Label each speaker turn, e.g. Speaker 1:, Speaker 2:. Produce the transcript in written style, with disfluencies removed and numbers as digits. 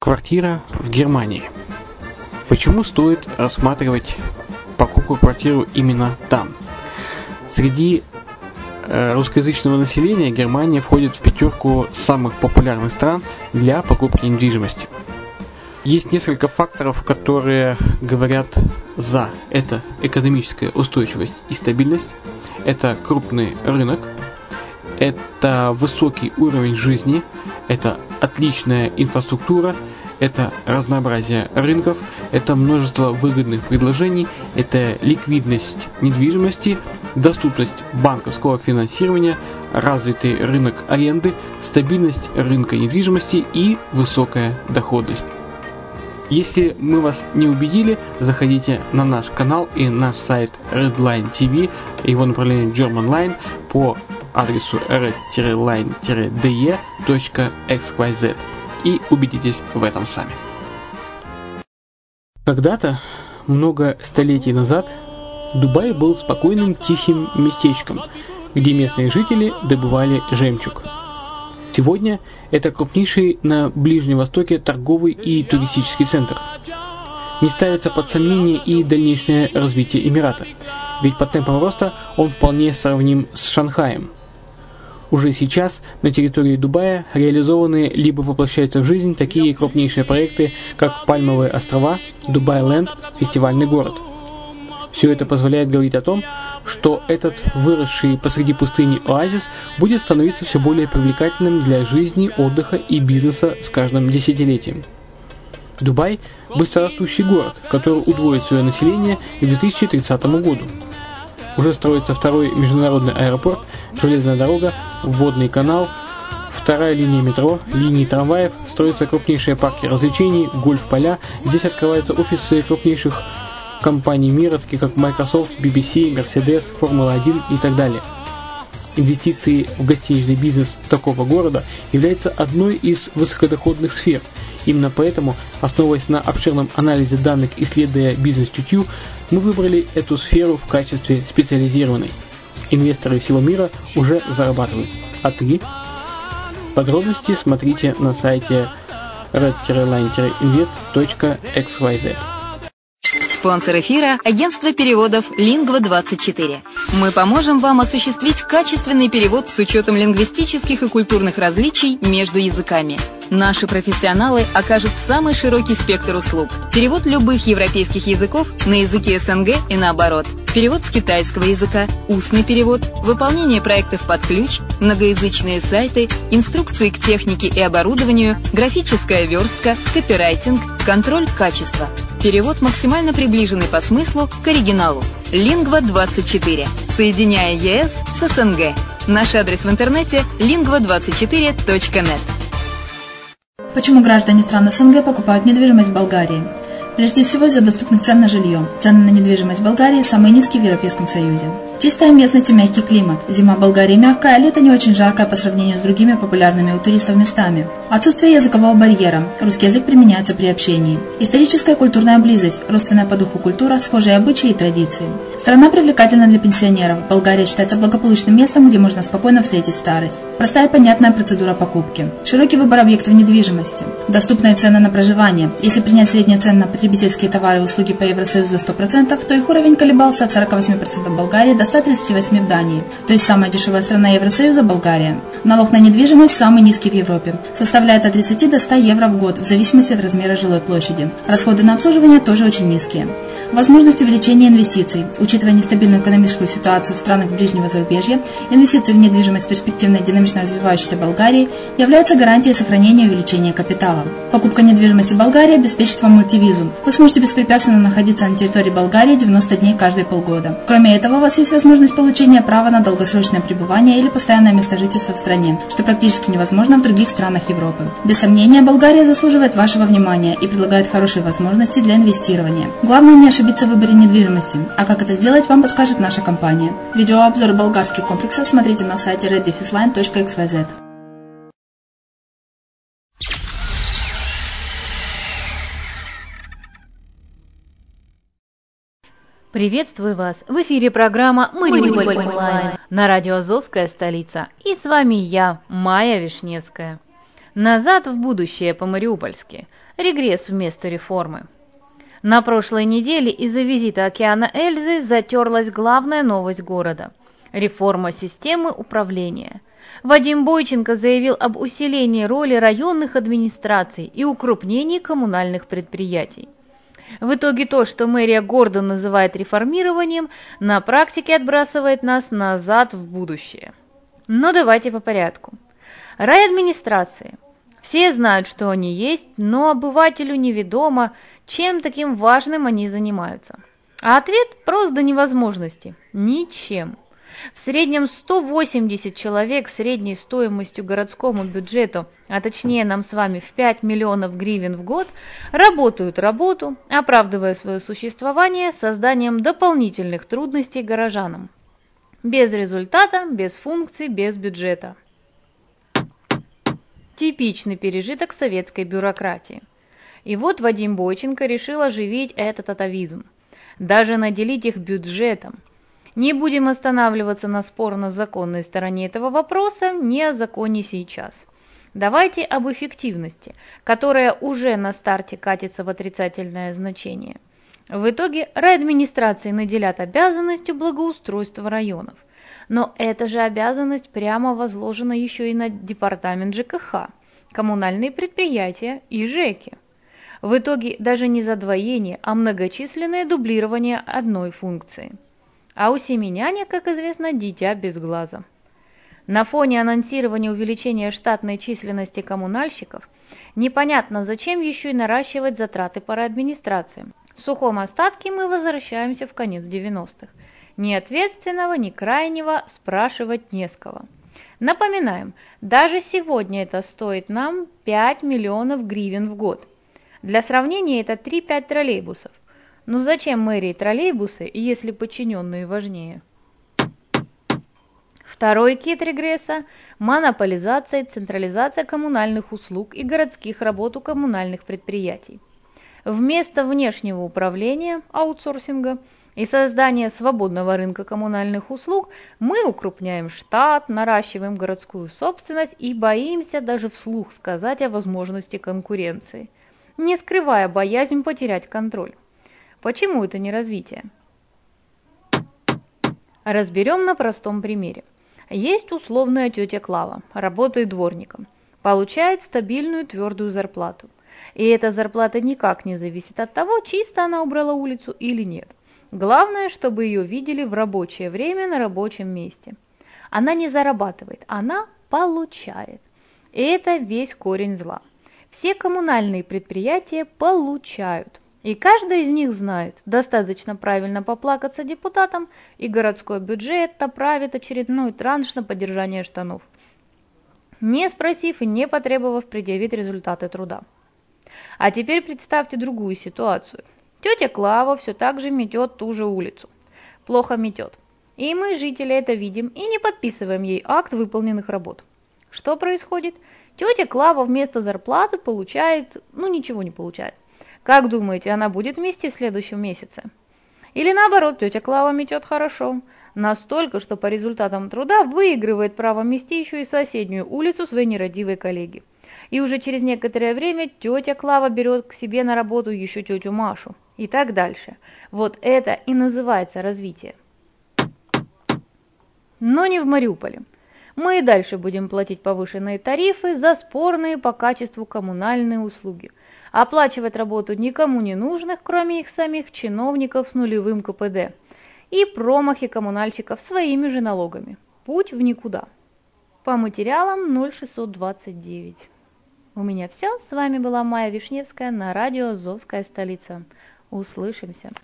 Speaker 1: Квартира в Германии. Почему стоит рассматривать покупку квартиры именно там? Среди русскоязычного населения Германия входит в пятерку самых популярных стран для покупки недвижимости. Есть несколько факторов, которые говорят за. Это экономическая устойчивость и стабильность, это крупный рынок, это высокий уровень жизни, это отличная инфраструктура, это разнообразие рынков, это множество выгодных предложений, это ликвидность недвижимости, доступность банковского финансирования, развитый рынок аренды, стабильность рынка недвижимости и высокая доходность. Если мы вас не убедили, заходите на наш канал и наш сайт Redline TV, его направление German Line по адресу red-line-de.xyz и убедитесь в этом сами. Когда-то, много столетий назад, Дубай был спокойным тихим местечком, где местные жители добывали жемчуг. Сегодня это крупнейший на Ближнем Востоке торговый и туристический центр. Не ставится под сомнение и дальнейшее развитие Эмирата, ведь по темпам роста он вполне сравним с Шанхаем. Уже сейчас на территории Дубая реализованы либо воплощаются в жизнь такие крупнейшие проекты, как Пальмовые острова, Дубай-Ленд, фестивальный город. Все это позволяет говорить о том, что этот выросший посреди пустыни оазис будет становиться все более привлекательным для жизни, отдыха и бизнеса с каждым десятилетием. Дубай – быстрорастущий город, который удвоит свое население к 2030 году. Уже строится второй международный аэропорт, железная дорога, водный канал, вторая линия метро, линии трамваев, строятся крупнейшие парки развлечений, гольф-поля. Здесь открываются офисы крупнейших компаний мира, таких как Microsoft, BBC, Mercedes, Формула-1 и так далее. Инвестиции в гостиничный бизнес такого города являются одной из высокодоходных сфер. Именно поэтому, основываясь на обширном анализе данных, исследуя бизнес-чутью, мы выбрали эту сферу в качестве специализированной. Инвесторы всего мира уже зарабатывают. А ты? Подробности смотрите на сайте red-line-invest.xyz.
Speaker 2: Спонсор эфира – агентство переводов Lingva24. Мы поможем вам осуществить качественный перевод с учетом лингвистических и культурных различий между языками. Наши профессионалы окажут самый широкий спектр услуг. Перевод любых европейских языков на языки СНГ и наоборот. Перевод с китайского языка, устный перевод, выполнение проектов под ключ, многоязычные сайты, инструкции к технике и оборудованию, графическая верстка, копирайтинг, контроль качества. Перевод максимально приближенный по смыслу к оригиналу. Lingva24. Соединяя ЕС с СНГ. Наш адрес в интернете lingva24.net.
Speaker 3: Почему граждане стран СНГ покупают недвижимость в Болгарии? Прежде всего из-за доступных цен на жилье. Цены на недвижимость в Болгарии самые низкие в Европейском Союзе. Чистая местность и мягкий климат. Зима в Болгарии мягкая, а лето не очень жаркое по сравнению с другими популярными у туристов местами. Отсутствие языкового барьера. Русский язык применяется при общении. Историческая и культурная близость. Родственная по духу культура, схожие обычаи и традиции. Страна привлекательна для пенсионеров. Болгария считается благополучным местом, где можно спокойно встретить старость. Простая и понятная процедура покупки. Широкий выбор объектов недвижимости. Доступные цены на проживание. Если принять средние цены на потребительские товары и услуги по Евросоюзу за 100%, то их уровень колебался от 48% в Болгарии до 138% в Дании. То есть самая дешевая страна Евросоюза – Болгария. Налог на недвижимость самый низкий в Европе. Составляет от 30 до 100 евро в год, в зависимости от размера жилой площади. Расходы на обслуживание тоже очень низкие. Возможность увеличения инвестиций. Учитывая нестабильную экономическую ситуацию в странах ближнего зарубежья, инвестиции в недвижимость в перспективной динамично развивающейся Болгарии являются гарантией сохранения и увеличения капитала. Покупка недвижимости в Болгарии обеспечит вам мультивизу. Вы сможете беспрепятственно находиться на территории Болгарии 90 дней каждые полгода. Кроме этого, у вас есть возможность получения права на долгосрочное пребывание или постоянное место жительства в стране, что практически невозможно в других странах Европы. Без сомнения, Болгария заслуживает вашего внимания и предлагает хорошие возможности для инвестирования. Главное не ошибиться в выборе недвижимости, а как это сделать, вам подскажет наша компания. Видеообзор болгарских комплексов смотрите на сайте red-line.xyz.
Speaker 4: Приветствую вас! В эфире программа «Мариуполь онлайн» на радио «Азовская столица». И с вами я, Майя Вишневская. Назад в будущее по-мариупольски. регресс вместо реформы. На прошлой неделе из-за визита Океана Эльзы затерлась главная новость города – реформа системы управления. Вадим Бойченко заявил об усилении роли районных администраций и укрупнении коммунальных предприятий. В итоге то, что мэрия гордо называет реформированием, на практике отбрасывает нас назад в будущее. Но давайте по порядку. Райадминистрации. Все знают, что они есть, но обывателю неведомо, чем таким важным они занимаются. А ответ прост до невозможности – ничем. В среднем 180 человек средней стоимостью городскому бюджету, а точнее нам с вами в 5 миллионов гривен в год, работают работу, оправдывая свое существование созданием дополнительных трудностей горожанам. Без результата, без функций, без бюджета. Типичный пережиток советской бюрократии. И вот Вадим Бойченко решил оживить этот атовизм, даже наделить их бюджетом. Не будем останавливаться на спорно-законной стороне этого вопроса, не о законе сейчас. Давайте об эффективности, которая уже на старте катится в отрицательное значение. В итоге райадминистрации наделят обязанностью благоустройства районов. Но эта же обязанность прямо возложена еще и на департамент ЖКХ, коммунальные предприятия и ЖЭКи. В итоге даже не задвоение, а многочисленное дублирование одной функции. А у семеняня, как известно, дитя без глаза. На фоне анонсирования увеличения штатной численности коммунальщиков непонятно, зачем еще и наращивать затраты по администрациям. В сухом остатке мы возвращаемся в конец 90-х. Ни ответственного, ни крайнего спрашивать не с кого. Напоминаем, даже сегодня это стоит нам 5 миллионов гривен в год. Для сравнения, это 3-5 троллейбусов. Ну зачем мэрии троллейбусы, если подчиненные важнее? Второй кит регресса – монополизация и централизация коммунальных услуг и городских работ у коммунальных предприятий. Вместо внешнего управления, аутсорсинга и создания свободного рынка коммунальных услуг мы укрупняем штат, наращиваем городскую собственность и боимся даже вслух сказать о возможности конкуренции, не скрывая боязнь потерять контроль. Почему это не развитие? Разберем на простом примере. Есть условная тетя Клава, работает дворником, получает стабильную твердую зарплату. И эта зарплата никак не зависит от того, чисто она убрала улицу или нет. Главное, чтобы ее видели в рабочее время на рабочем месте. Она не зарабатывает, она получает. И это весь корень зла. Все коммунальные предприятия получают. И каждый из них знает, достаточно правильно поплакаться депутатам, и городской бюджет направит очередной транш на поддержание штанов, не спросив и не потребовав предъявить результаты труда. А теперь представьте другую ситуацию. Тетя Клава все так же метет ту же улицу. Плохо метет. И мы, жители, это видим и не подписываем ей акт выполненных работ. Что происходит? Тетя Клава вместо зарплаты получает, ничего не получает. Как думаете, она будет вместе в следующем месяце? Или наоборот, тетя Клава метет хорошо, настолько, что по результатам труда выигрывает право мести еще и соседнюю улицу своей нерадивой коллеги. И уже через некоторое время тетя Клава берет к себе на работу еще тетю Машу. И так дальше. Вот это и называется развитие. Но не в Мариуполе. Мы и дальше будем платить повышенные тарифы за спорные по качеству коммунальные услуги. Оплачивать работу никому не нужных, кроме их самих чиновников с нулевым КПД. И промахи коммунальщиков своими же налогами. Путь в никуда. По материалам 0629. У меня все. С вами была Майя Вишневская на радио «Азовская столица». Услышимся.